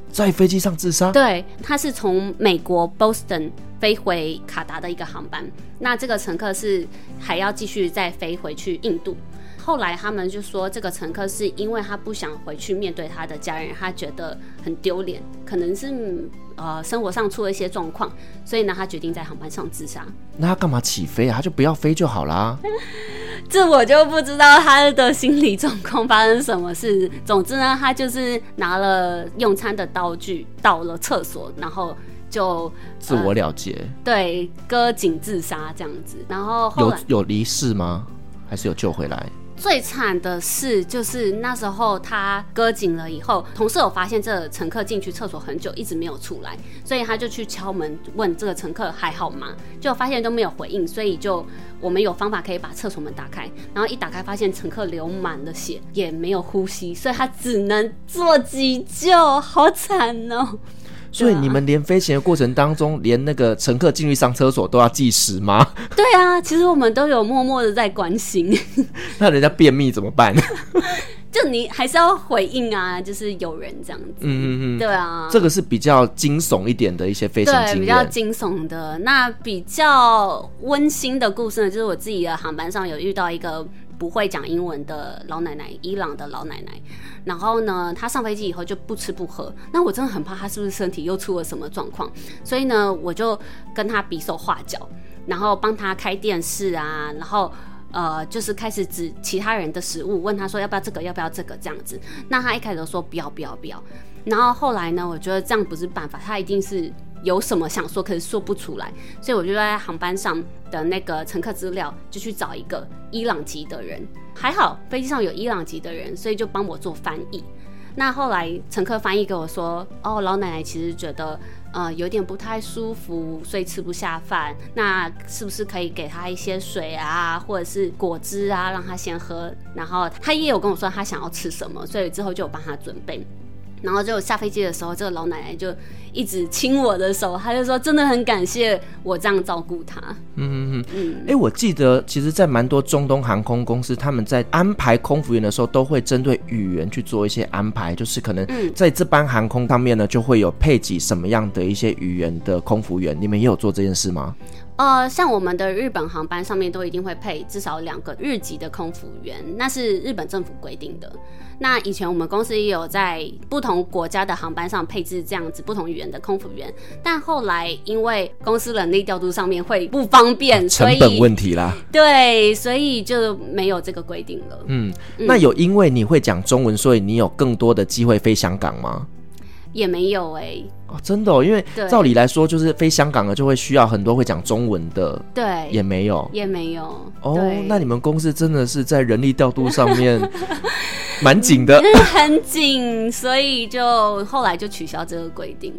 在飞机上自杀？ 对，他是从美国 Boston 飞回卡达的一个航班，那这个乘客是还要继续再飞回去印度。后来他们就说，这个乘客是因为他不想回去面对他的家人，他觉得很丢脸，可能是生活上出了一些状况，所以呢，他决定在航班上自杀。 那他干嘛起飞啊？他就不要飞就好啦。 这我就不知道他的心理状况发生什么事。总之呢，他就是拿了用餐的道具到了厕所，然后就自我了结。 对，割颈自杀这样子。然后后来有离世吗？还是有救回来？ 最惨的是，就是那时候他割颈了以后，同事有发现这个乘客进去厕所很久，一直没有出来，所以他就去敲门问这个乘客还好吗？就发现都没有回应，所以就我们有方法可以把厕所门打开，然后一打开发现乘客流满了血，也没有呼吸，所以他只能做急救，好惨哦。 所以你们连飞行的过程当中，连那个乘客进去上厕所都要计时吗？ 对啊，其实我们都有默默的在关心。 那人家便秘怎么办？ 就你还是要回应啊，就是有人这样子。对啊， 这个是比较惊悚一点的一些飞行经验。 对，比较惊悚的。那比较温馨的故事呢，就是我自己的航班上有遇到一个不会讲英文的老奶奶，伊朗的老奶奶。然后呢，她上飞机以后就不吃不喝，那我真的很怕她是不是身体又出了什么状况，所以呢，我就跟她比手画脚，然后帮她开电视啊，然后就是开始指其他人的食物，问她说要不要这个，要不要这个这样子。那她一开始都说不要不要不要，然后后来呢，我觉得这样不是办法，她一定是有什么想说可是说不出来，所以我就在航班上的那个乘客资料就去找一个伊朗籍的人，还好飞机上有伊朗籍的人，所以就帮我做翻译。那后来乘客翻译给我说，哦，老奶奶其实觉得有点不太舒服，所以吃不下饭，那是不是可以给她一些水啊，或者是果汁啊，让她先喝。然后她也有跟我说她想要吃什么，所以之后就有帮她准备。然后就下飞机的时候，这个老奶奶就一直亲我的手，她就说真的很感谢我这样照顾她。 我记得其实在蛮多中东航空公司，他们在安排空服员的时候都会针对语言去做一些安排，就是可能在这班航空上面呢，就会有配给什么样的一些语言的空服员，你们也有做这件事吗？ 像我们的日本航班上面都一定会配至少2个日籍的空服员，那是日本政府规定的。那以前我们公司也有在不同国家的航班上配置这样子不同语言的空服员，但后来因为公司人力调度上面会不方便， 成本问题啦。 对，所以就没有这个规定了。 那有因为你会讲中文，所以你有更多的机会飞香港吗？ 也没有真的因为照理来说，就是飞香港的就会需要很多会讲中文的， 对， 也没有那你们公司真的是在人力调度上面蛮紧的， 很紧，所以就后来就取消这个规定。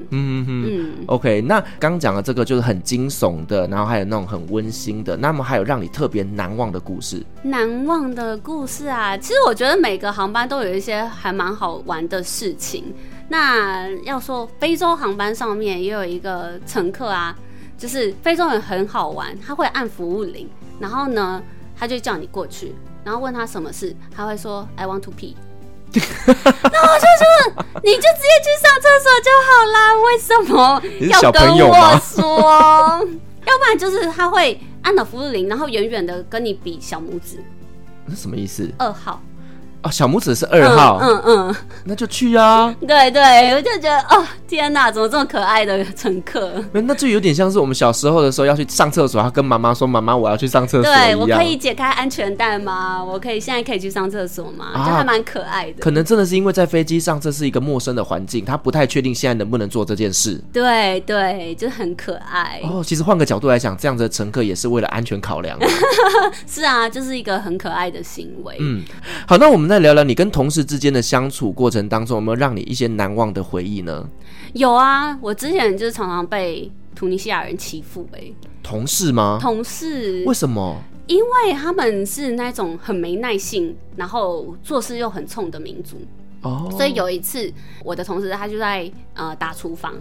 OK， 那刚讲的这个就是很惊悚的，然后还有那种很温馨的，那么还有让你特别难忘的故事？ 难忘的故事啊，其实我觉得每个航班都有一些还蛮好玩的事情。那要说非洲航班上面也有一个乘客啊，就是非洲人很好玩，他会按服务铃，然后呢他就叫你过去，然后问他什么事，他会说 I want to pee 那我就说你就直接去上厕所就好啦，为什么要跟我说？要不然就是他会按了服务铃，然后远远的跟你比小拇指， 那什么意思 ？2号小拇指是2号，那就去啊。 对对，我就觉得天哪，怎么这么可爱的乘客？ 那就有点像是我们小时候的时候要去上厕所，他跟妈妈说：“妈妈，我要去上厕所。” 对，我可以解开安全带吗？现在可以去上厕所吗？就还蛮可爱的。 可能真的是因为在飞机上，这是一个陌生的环境，他不太确定现在能不能做这件事。 对对，就很可爱。 其实换个角度来讲，这样子的乘客也是为了安全考量。 是啊，就是一个很可爱的行为。 好，那我们再聊聊你跟同事之间的相处过程当中，有没有让你一些难忘的回忆呢？ 有啊，我之前就是常常被突尼西亚人欺负。 同事吗？同事。 为什么？ 因为他们是那种很没耐性，然后做事又很冲的民族。所以有一次我的同事他就在打厨房，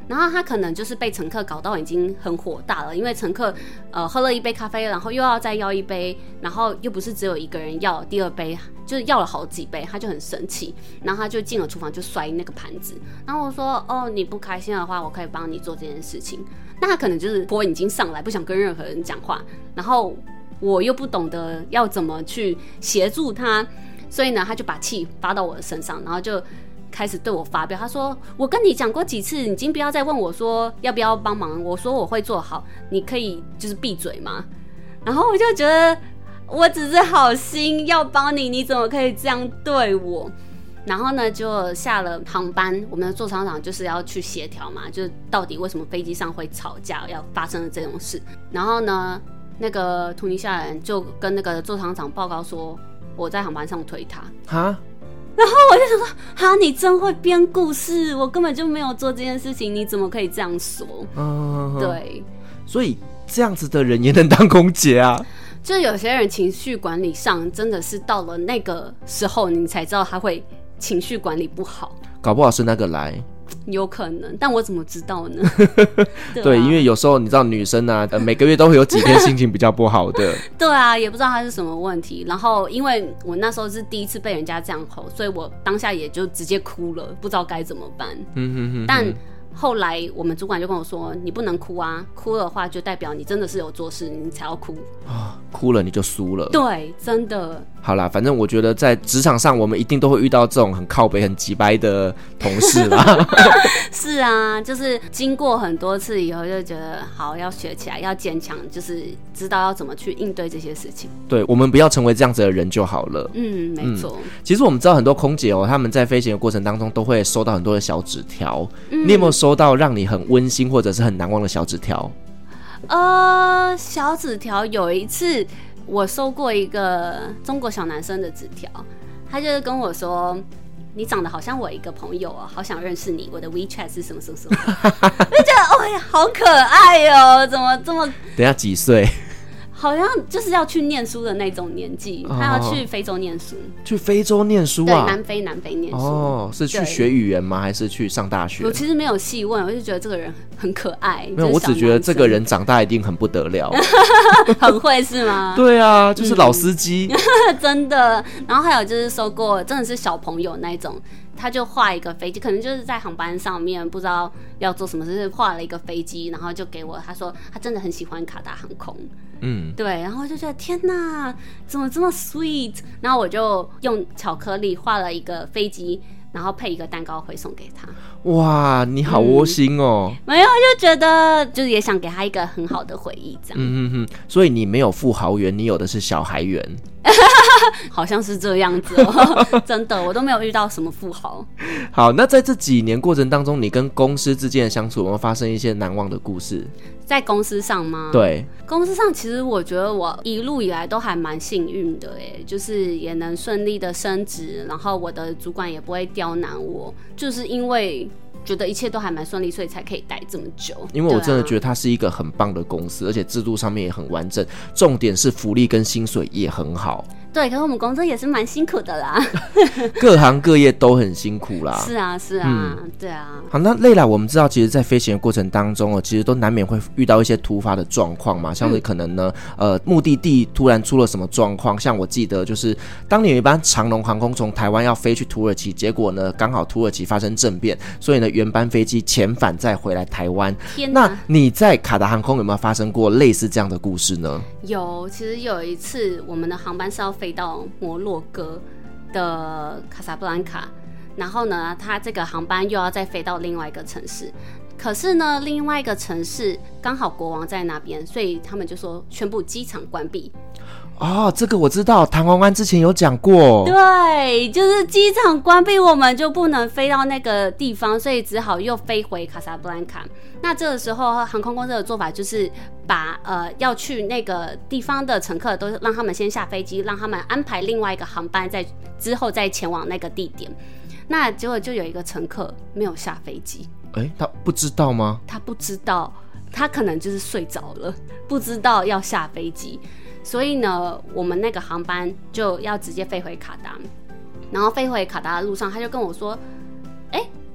然后他可能就是被乘客搞到已经很火大了，因为乘客喝了一杯咖啡，然后又要再要一杯，然后又不是只有一个人要第二杯，就是要了好几杯，他就很生气，然后他就进了厨房就摔那个盘子。然后我说你不开心的话，我可以帮你做这件事情。那他可能就是火已经上来，不想跟任何人讲话，然后我又不懂得要怎么去协助他，所以呢他就把气发到我的身上，然后就开始对我发飙。他说我跟你讲过几次，你已经不要再问我说要不要帮忙，我说我会做好，你可以就是闭嘴吗？然后我就觉得我只是好心要帮你，你怎么可以这样对我？然后呢就下了航班，我们的座舱长就是要去协调嘛，就是到底为什么飞机上会吵架，要发生了这种事。然后呢那个突尼西亚人就跟那个座舱长报告说我在航班上推他。 哈， 然后我就想说哈，你真会编故事，我根本就没有做这件事情，你怎么可以这样说？对， 所以这样子的人也能当空姐啊？ 就是有些人情绪管理上真的是到了那个时候你才知道他会情绪管理不好， 搞不好是那个来， 有可能，但我怎么知道呢？ 对，因为有时候你知道女生啊，每个月都会有几天心情比较不好的。对啊，也不知道他是什么问题。然后因为我那时候是第一次被人家这样吼，所以我当下也就直接哭了，不知道该怎么办。但后来我们主管就跟我说，你不能哭啊，哭的话就代表你真的是有做事，你才要哭哭了你就输了。 对，真的。 好啦，反正我觉得在职场上我们一定都会遇到这种很靠北很鸡掰的同事啦。 是啊，就是经过很多次以后就觉得好，要学起来，要坚强，就是知道要怎么去应对这些事情。 对，我们不要成为这样子的人就好了。 没错。 其实我们知道很多空姐他们在飞行的过程当中都会收到很多的小纸条。你有没有收到让你很温馨或者是很难忘的小纸条？ 小纸条有一次我收过一个中国小男生的纸条，他就是跟我说，你长得好像我一个朋友好想认识你，我的 WeChat 是什么什么什么。我就觉得好可爱怎么这么…… 等一下几岁？ 好像就是要去念书的那种年纪，他要去非洲念书。 去非洲念书啊？ 对，南非念书。 是去学语言吗？还是去上大学？ 我其实没有细问，我就觉得这个人很可爱。 没有，我只觉得这个人长大一定很不得了。 很会是吗？ 对啊，就是老司机。 真的。然后还有就是收过真的是小朋友那种，他就画一个飞机，可能就是在航班上面不知道要做什么，就是画了一个飞机，然后就给我，他说他真的很喜欢卡达航空。对，然后我就觉得天哪，怎么这么 sweet？ 然后我就用巧克力画了一个飞机，然后配一个蛋糕回送给他。哇， 你好窝心哦！ 没有，就觉得就是也想给他一个很好的回忆，这样。 所以你没有富豪缘，你有的是小孩缘。 好像是这样子真的，我都没有遇到什么富豪。 好，那在这几年过程当中，你跟公司之间的相处有没有发生一些难忘的故事？ 在公司上吗？ 对， 公司上其实我觉得我一路以来都还蛮幸运的就是也能顺利的升职，然后我的主管也不会刁难我，就是因为觉得一切都还蛮顺利，所以才可以待这么久。 因为我真的觉得它是一个很棒的公司，而且制度上面也很完整，重点是福利跟薪水也很好。 对，可是我们工作也是蛮辛苦的啦。 各行各业都很辛苦啦。 是啊，对啊。 好，那Leila，我们知道其实在飞行的过程当中其实都难免会遇到一些突发的状况嘛，像是可能呢目的地突然出了什么状况，像我记得就是当年有一班长荣航空从台湾要飞去土耳其，结果呢刚好土耳其发生政变，所以呢原班飞机遣返再回来台湾。天哪！那你在卡达航空有没有发生过类似这样的故事呢？ 有，其实有一次我们的航班是要飞到摩洛哥的卡萨布兰卡，然后呢它这个航班又要再飞到另外一个城市，可是呢另外一个城市刚好国王在那边，所以他们就说宣布机场关闭。 这个我知道，唐王安之前有讲过。 对，就是机场关闭，我们就不能飞到那个地方，所以只好又飞回卡萨布兰卡。那这个时候航空公司的做法就是把要去那个地方的乘客都让他们先下飞机，让他们安排另外一个航班之后再前往那个地点。那结果就有一个乘客没有下飞机。 他不知道吗？ 他不知道，他可能就是睡着了，不知道要下飞机。所以呢我们那个航班就要直接飞回卡达，然后飞回卡达的路上他就跟我说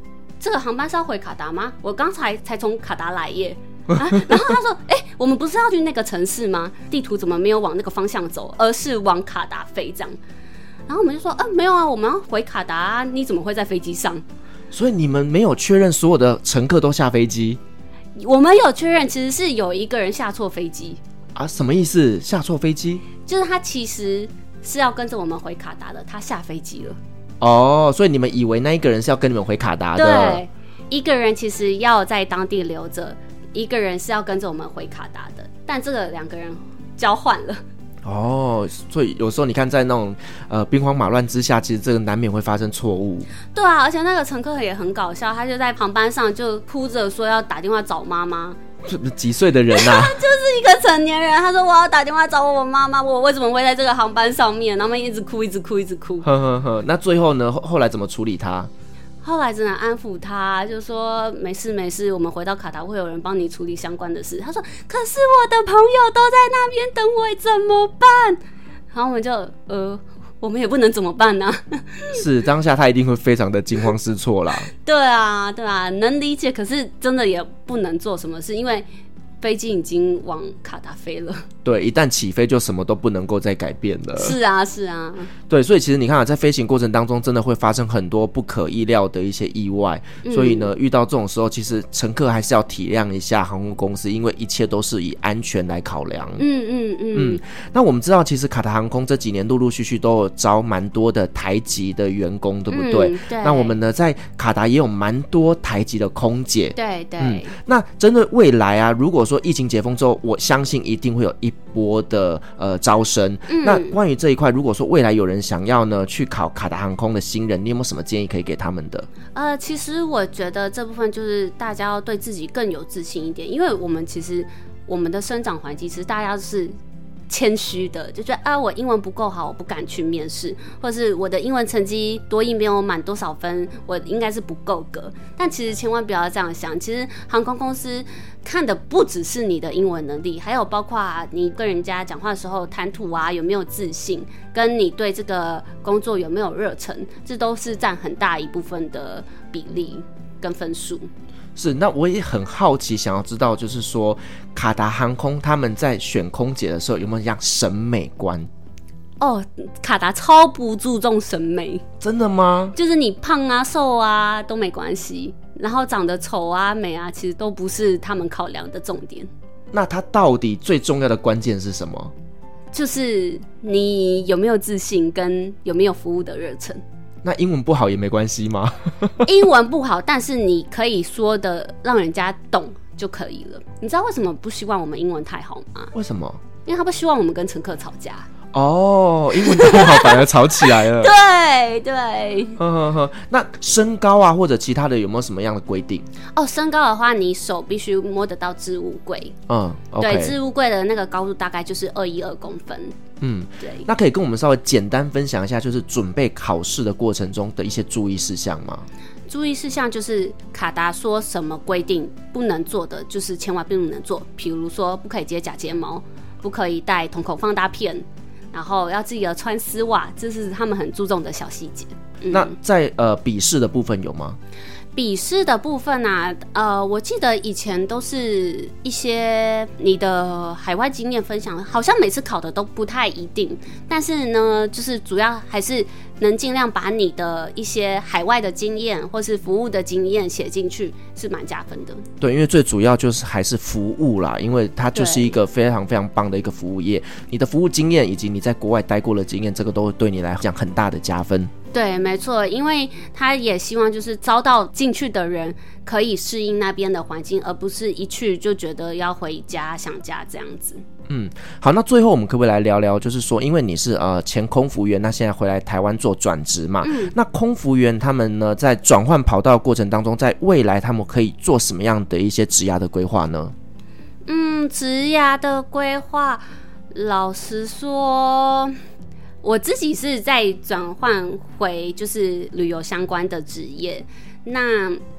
这个航班是要回卡达吗？我刚才从卡达来耶。然后他说我们不是要去那个城市吗？地图怎么没有往那个方向走，而是往卡达飞这样。然后我们就说没有啊，我们要回卡达啊，你怎么会在飞机上？ 所以你们没有确认所有的乘客都下飞机？ 我们有确认，其实是有一个人下错飞机啊？什么意思？下错飞机？ 就是他其实是要跟着我们回卡达的，他下飞机了。 哦，所以你们以为那一个人是要跟你们回卡达的？ 对，一个人其实要在当地留着，一个人是要跟着我们回卡达的，但这个2个人交换了。 哦，所以有时候你看在那种兵荒马乱之下，其实这个难免会发生错误。 对啊，而且那个乘客也很搞笑，他就在航班上就哭着说要打电话找妈妈。 几岁的人啊？ 就是一个成年人，他说我要打电话找我妈妈，我为什么会在这个航班上面？他们一直哭一直哭一直哭。 那最后呢？后来怎么处理他？ 后来只能安抚他，就说没事没事，我们回到卡达会有人帮你处理相关的事。他说可是我的朋友都在那边等我，怎么办？然后我们就我们也不能怎么办呢？ 是当下他一定会非常的惊慌失措啦。 对啊能理解，可是真的也不能做什么事，因为飞机已经往卡达飞了。 对，一旦起飞就什么都不能够再改变了。 是啊。 对，所以其实你看在飞行过程当中真的会发生很多不可意料的一些意外，所以呢遇到这种时候其实乘客还是要体谅一下航空公司，因为一切都是以安全来考量。那我们知道其实卡达航空这几年陆陆续续都有招蛮多的台籍的员工，对不对？ 对。 那我们呢在卡达也有蛮多台籍的空姐。 对。 那针对未来啊，如果说疫情解封之后，我相信一定会有一波的招生。那关于这一块，如果说未来有人想要呢去考卡达航空的新人，你有没有什么建议可以给他们的？ 其实我觉得这部分就是大家要对自己更有自信一点，因为我们其实我们的生长环境其实大家是谦虚的，就觉得我英文不够好，我不敢去面试，或是我的英文成绩多益没有满多少分，我应该是不够格。但其实千万不要这样想，其实航空公司看的不只是你的英文能力，还有包括你跟人家讲话的时候谈吐啊有没有自信，跟你对这个工作有没有热忱，这都是占很大一部分的比例跟分数。 是，那我也很好奇，想要知道，就是说卡达航空他们在选空姐的时候有没有这样审美观？ 卡达超不注重审美。 真的吗？ 就是你胖啊瘦啊都没关系，然后长得丑啊美啊其实都不是他们考量的重点。 那它到底最重要的关键是什么？ 就是你有没有自信跟有没有服务的热忱。 那英文不好也没关系吗？ 英文不好，但是你可以说的让人家懂就可以了。你知道为什么不希望我们英文太好吗？ 为什么？ 因为他不希望我们跟乘客吵架。 英文太好反而吵起来了。 对。 那身高啊或者其他的有没有什么样的规定？ 身高的话，你手必须摸得到置物柜。对，置物柜的那个高度大概就是212公分。对。那可以跟我们稍微简单分享一下，就是准备考试的过程中的一些注意事项吗？ 注意事项就是卡达说什么规定不能做的，就是千万不能做。比如说不可以接假睫毛，不可以带瞳孔放大片，然后要记得穿丝袜，这是他们很注重的小细节。 那在笔试的部分有吗？ 笔试的部分我记得以前都是一些你的海外经验分享，好像每次考的都不太一定，但是呢，就是主要还是能尽量把你的一些海外的经验或是服务的经验写进去，是蛮加分的。 对，因为最主要就是还是服务啦，因为它就是一个非常非常棒的一个服务业，你的服务经验以及你在国外待过的经验，这个都会对你来讲很大的加分。 对，没错，因为他也希望就是招到进去的人可以适应那边的环境，而不是一去就觉得要回家想家这样子。 好，那最后我们可不可以来聊聊，就是说因为你是前空服员，那现在回来台湾做转职嘛，那空服员他们呢在转换跑道的过程当中，在未来他们可以做什么样的一些职涯的规划呢？ 职涯的规划老实说，我自己是在转换回就是旅游相关的职业，那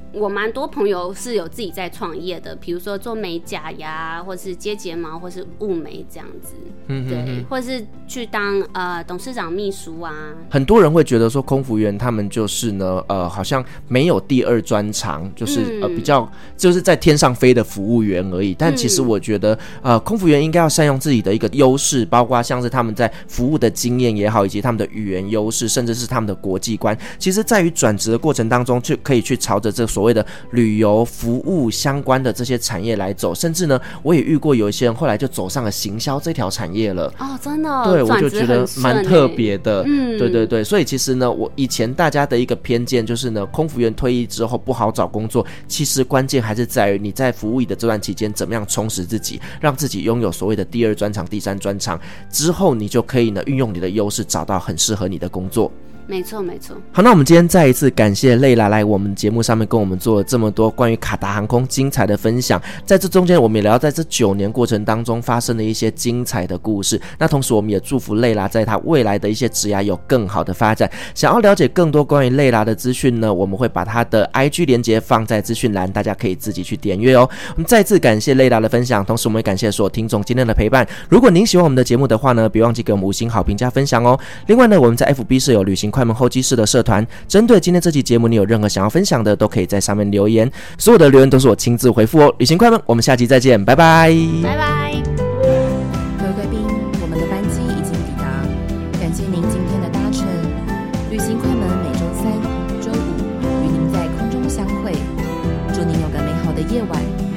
我蛮多朋友是有自己在创业的，比如说做美甲呀，或是接睫毛，或是雾眉这样子，对，或是去当董事长秘书啊。很多人会觉得说空服员他们就是呢，好像没有第二专长，就是比较就是在天上飞的服务员而已。但其实我觉得，空服员应该要善用自己的一个优势，包括像是他们在服务的经验也好，以及他们的语言优势，甚至是他们的国际观。其实，在于转职的过程当中，就可以去朝着这所谓的旅游服务相关的这些产业来走。甚至呢，我也遇过有一些人后来就走上了行销这条产业了。 哦，真的， 对，我就觉得蛮特别的。对对对，所以其实呢，我以前大家的一个偏见就是呢，空服员退役之后不好找工作。其实关键还是在于你在服务役的这段期间，怎么样充实自己，让自己拥有所谓的第二专长、第三专长，之后你就可以呢运用你的优势，找到很适合你的工作。 没错没错。 好，那我们今天再一次感谢蕾拉来我们节目上面跟我们做了这么多关于卡达航空精彩的分享。在这中间我们也聊在这9年过程当中发生的一些精彩的故事。那同时我们也祝福蕾拉在她未来的一些职涯有更好的发展。想要了解更多关于蕾拉的资讯呢，我们会把她的 IG 连结放在资讯栏，大家可以自己去点阅哦。我们再次感谢蕾拉的分享，同时我们也感谢所有听众今天的陪伴。如果您喜欢我们的节目的话呢，别忘记给我们5星好评加分享哦。另外呢，我们在 FB 设有旅行快门候机室的社团，针对今天这期节目你有任何想要分享的，都可以在上面留言，所有的留言都是我亲自回复哦。旅行快门，我们下期再见，拜拜， 拜拜。 各位贵宾，我们的班机已经抵达，感谢您今天的搭乘。旅行快门每周3、周5与您在空中相会，祝您有个美好的夜晚。